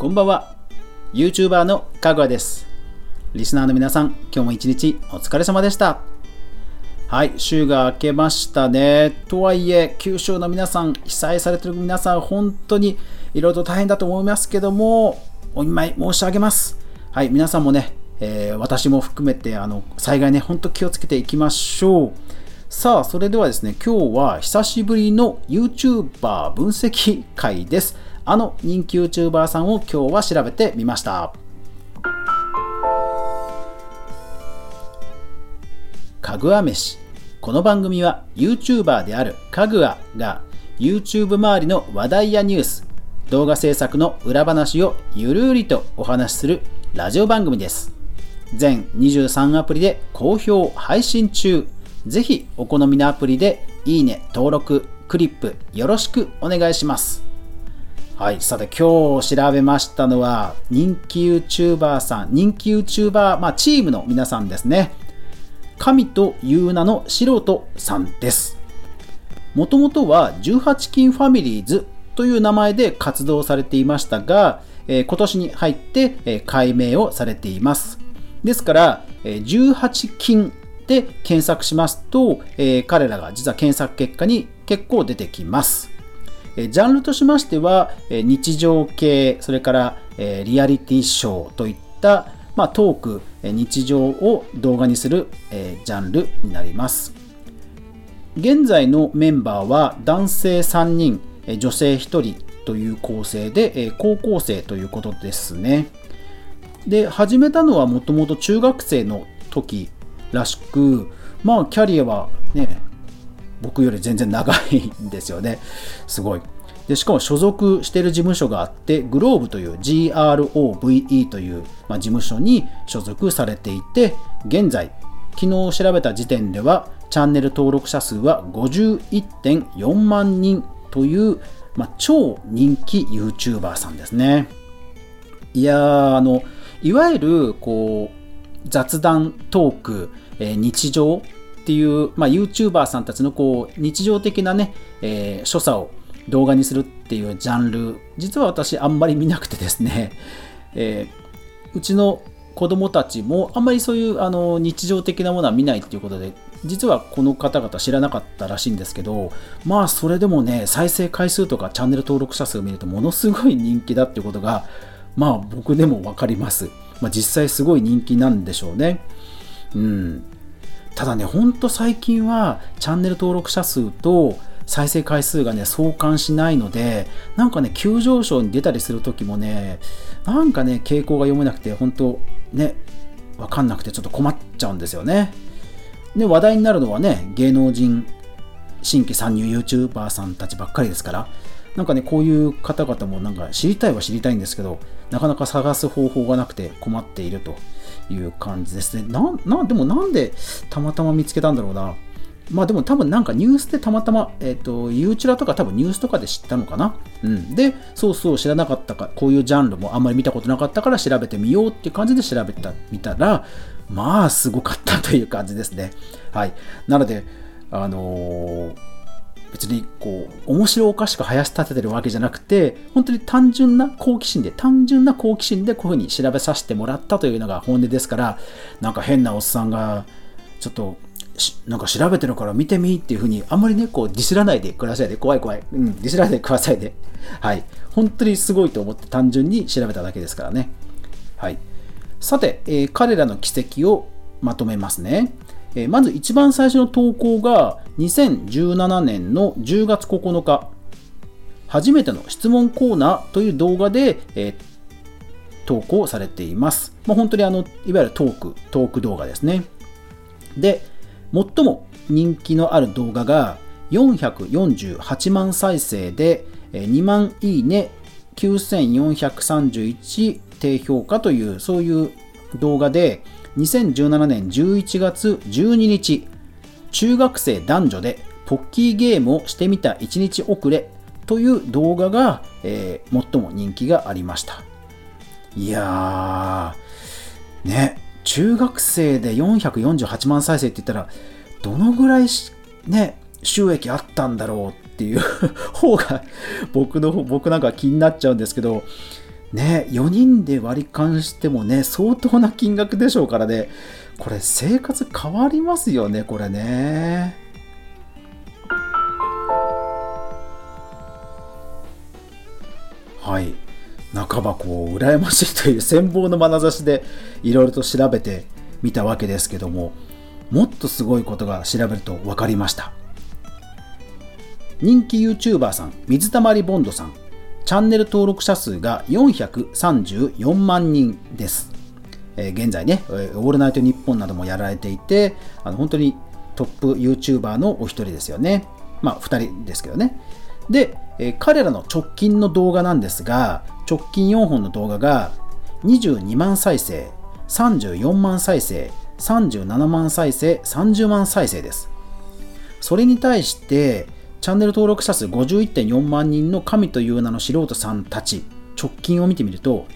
こんばんは。YouTuber のかぐわです。リスナーの皆さん、今日も一日お疲れ様でした。はい、週が明けましたね。とはいえ、九州の皆さん、被災されている皆さん、本当にいろいろと大変だと思いますけども、お見舞い申し上げます。はい、皆さんもね、私も含めて災害ね、本当気をつけていきましょう。さあ、それではですね、今日は久しぶりの YouTuber 分析会です。人気 YouTuber さんを今日は調べてみました。かぐわ飯。この番組は YouTuber であるかぐわが YouTube 周りの話題やニュース、動画制作の裏話をゆるりとお話しするラジオ番組です。全23アプリで好評配信中。ぜひお好みのアプリでいいね、登録、クリップよろしくお願いします。はい、さて今日調べましたのは人気 YouTuber さん、人気 YouTuber、チームの皆さんですね。神という名の素人さんです。もともとは18金ファミリーズという名前で活動されていましたが、今年に入って改名をされています。ですから18金で検索しますと、彼らが実は検索結果に結構出てきます。ジャンルとしましては、日常系、それから、リアリティショーといった、トーク、日常を動画にする、ジャンルになります。現在のメンバーは男性3人、女性1人という構成で、高校生ということですね。で、始めたのはもともと中学生の時らしく、キャリアはね、僕より全然長いんですよね。すごい。で、しかも所属している事務所があって、グローブという GROVE という、事務所に所属されていて、現在、昨日調べた時点では、チャンネル登録者数は 51.4 万人という、超人気 YouTuber さんですね。いやー、いわゆる、雑談トーク、日常っていう、YouTuber さんたちの日常的なね、所作を動画にするっていうジャンル、実は私あんまり見なくてですね、うちの子供たちもあんまりそういう日常的なものは見ないっていうことで、実はこの方々知らなかったらしいんですけど、それでもね、再生回数とかチャンネル登録者数を見るとものすごい人気だっていうことが、僕でもわかります。実際すごい人気なんでしょうね。ただね、ほんと最近はチャンネル登録者数と再生回数がね、相関しないので、急上昇に出たりするときもね、傾向が読めなくて、ほんとね、わかんなくてちょっと困っちゃうんですよね。で、話題になるのはね、芸能人、新規参入 YouTuber さんたちばっかりですから、こういう方々も知りたいは知りたいんですけど、なかなか探す方法がなくて困っているという感じですね。でもなんでたまたま見つけたんだろうな。でも多分ニュースでたまたま、ユーチュラとか多分ニュースとかで知ったのかな。で、そう知らなかったか、こういうジャンルもあんまり見たことなかったから調べてみようっていう感じで調べてみたら、すごかったという感じですね。はい。なので、別に面白おかしく林立ててるわけじゃなくて、本当に単純な好奇心でこういうふうに調べさせてもらったというのが本音ですから、変なおっさんがちょっと調べてるから見てみっていうふうにあんまりね、ディスらないでくださいで、怖い、ディスらないでくださいで、はい、本当にすごいと思って単純に調べただけですからね。はい。さて、彼らの軌跡をまとめますね。まず一番最初の投稿が2017年の10月9日、初めての質問コーナーという動画で、投稿されています。本当にいわゆるトーク動画ですね。で、最も人気のある動画が448万再生で2万いいね、9431低評価という、そういう動画で、2017年11月12日、中学生男女でポッキーゲームをしてみた1日遅れという動画が、最も人気がありました。いやー、ね、中学生で448万再生って言ったら、どのぐらいね、収益あったんだろうっていう方が僕なんか気になっちゃうんですけど、 ね、4人で割り勘してもね、相当な金額でしょうからね、これ生活変わりますよね、これね。はい。半ばこう羨ましいという羨望の眼差しでいろいろと調べてみたわけですけども、もっとすごいことが調べると分かりました。人気 YouTuber さん、水溜りボンドさん、チャンネル登録者数が434万人です。現在ね、オールナイトニッポンなどもやられていて、本当にトップ YouTuber のお一人ですよね。まあ2人ですけどね。で、彼らの直近の動画なんですが、直近4本の動画が22万再生、34万再生、37万再生、30万再生です。それに対してチャンネル登録者数 51.4 万人の神という名の素人さんたち、直近を見てみると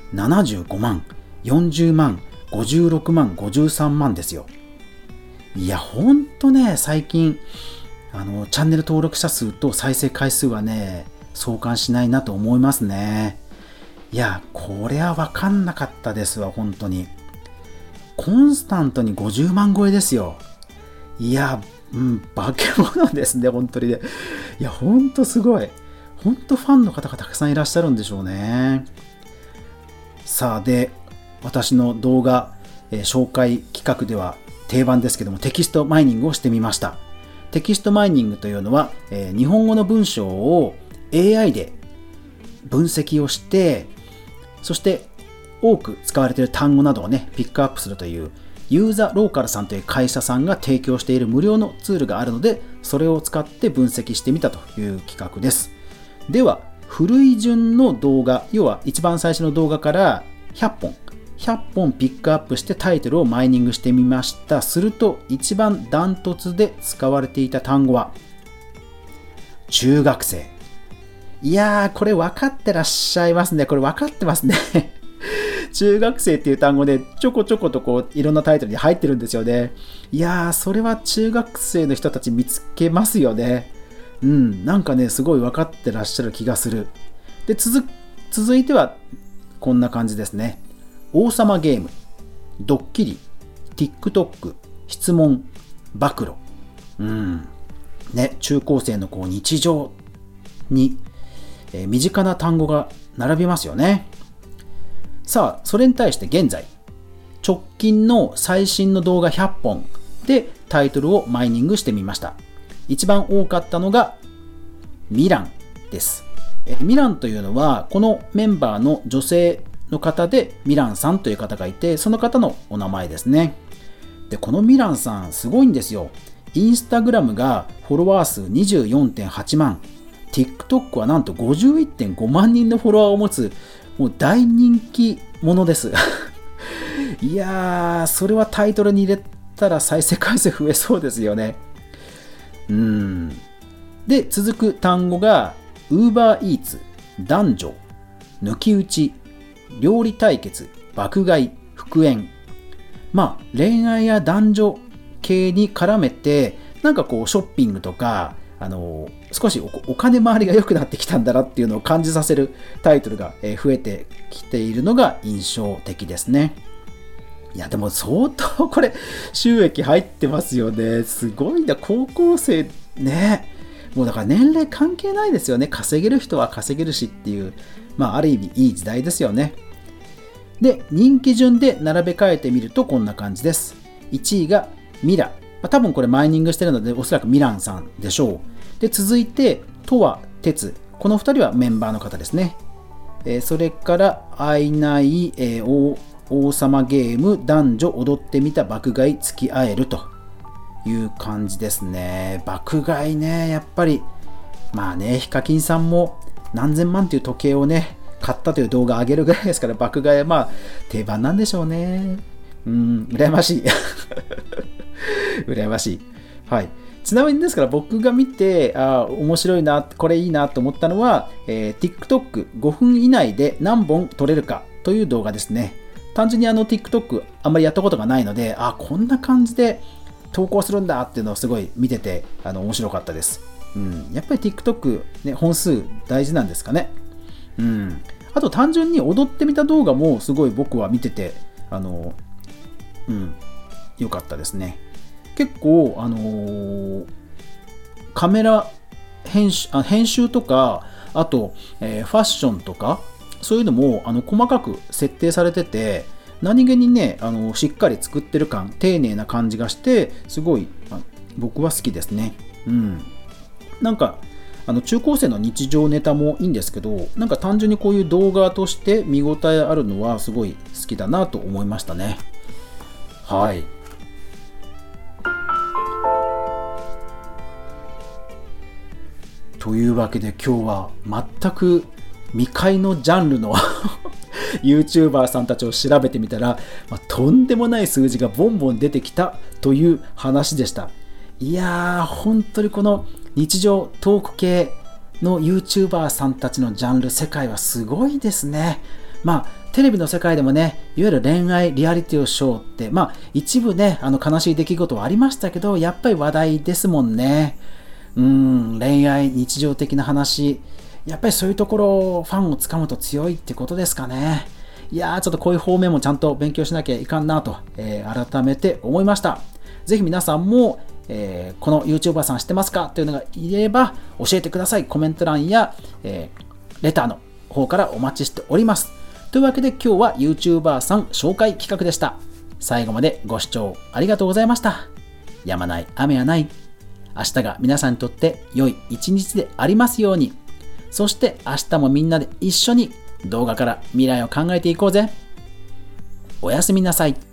75万、40万、56万、53万ですよ。いやほんとね、最近チャンネル登録者数と再生回数はね、相関しないなと思いますね。いや、これは分かんなかったですわ、本当に。コンスタントに50万超えですよ。いや、化け物ですね、本当にね。いや、本当すごい。本当ファンの方がたくさんいらっしゃるんでしょうね。さあ、で、私の動画、紹介企画では定番ですけども、テキストマイニングをしてみました。テキストマイニングというのは、日本語の文章を AI で分析をして、そして多く使われている単語などをね、ピックアップするというユーザーローカルさんという会社さんが提供している無料のツールがあるので、それを使って分析してみたという企画です。では、古い順の動画、要は一番最初の動画から100本ピックアップしてタイトルをマイニングしてみました。すると一番ダントツで使われていた単語は中学生。いやー、これ分かってらっしゃいますね。これ分かってますね。中学生っていう単語でちょこちょことこういろんなタイトルに入ってるんですよね。いやー、それは中学生の人たち見つけますよね。なんかね、すごい分かってらっしゃる気がする。で、続いてはこんな感じですね。王様ゲーム、ドッキリ、TikTok、質問、暴露。ね、中高生のこう日常に、身近な単語が並びますよね。さあ、それに対して現在、直近の最新の動画100本でタイトルをマイニングしてみました。一番多かったのがミランです。ミランというのは、このメンバーの女性の方でミランさんという方がいて、その方のお名前ですね。で、このミランさんすごいんですよ。インスタグラムがフォロワー数 24.8 万、TikTok はなんと 51.5 万人のフォロワーを持つ、もう大人気者です。いやー、それはタイトルに入れたら再生回数増えそうですよね。で、続く単語が Uber Eats、男女、抜き打ち、料理対決、爆買い、復縁。まあ、恋愛や男女系に絡めて、なんかこうショッピングとか、少しお金回りが良くなってきたんだなっていうのを感じさせるタイトルが増えてきているのが印象的ですね。いや、でも相当これ収益入ってますよね。すごいな、高校生ね。もうだから年齢関係ないですよね。稼げる人は稼げるしっていう、まあある意味いい時代ですよね。で、人気順で並べ替えてみるとこんな感じです。1位がミラ。多分これマイニングしてるのでおそらくミランさんでしょう。で、続いてとわ、てつ。この2人はメンバーの方ですね。それからアイナイ、王様ゲーム、男女踊ってみた、爆買い、付き合えるという感じですね。爆買いね、やっぱりまあね、ヒカキンさんも何千万という時計をね買ったという動画上げるぐらいですから、爆買いはまあ定番なんでしょうね。羨ましい。羨ましい。はい。ちなみにですから僕が見て面白いな、これいいなと思ったのは、TikTok5 分以内で何本撮れるかという動画ですね。単純にTikTok あんまりやったことがないので、こんな感じで投稿するんだっていうのをすごい見てて面白かったです。やっぱり TikTok、ね、本数大事なんですかね。 あと単純に踊ってみた動画もすごい僕は見てて良かったですね。結構カメラ編集とか、あと、ファッションとかそういうのも細かく設定されてて、何気にねしっかり作ってる感、丁寧な感じがして、すごい僕は好きですね。なんか中高生の日常ネタもいいんですけど、なんか単純にこういう動画として見応えあるのはすごい好きだなと思いましたね。はい。というわけで今日は全く未開のジャンルのYouTuber さんたちを調べてみたら、とんでもない数字がボンボン出てきたという話でした。いやー、本当にこの日常トーク系の YouTuber さんたちのジャンル、世界はすごいですね。テレビの世界でもね、いわゆる恋愛リアリティショーって、一部ね、悲しい出来事はありましたけど、やっぱり話題ですもんね。恋愛、日常的な話、やっぱりそういうところ、ファンをつかむと強いってことですかね。いやー、ちょっとこういう方面もちゃんと勉強しなきゃいかんなと、改めて思いました。ぜひ皆さんも、この YouTuber さん知ってますかというのがいれば教えてください。コメント欄や、レターの方からお待ちしております。というわけで今日は YouTuber さん紹介企画でした。最後までご視聴ありがとうございました。やまない雨はない。明日が皆さんにとって良い一日でありますように。そして明日もみんなで一緒に動画から未来を考えていこうぜ。おやすみなさい。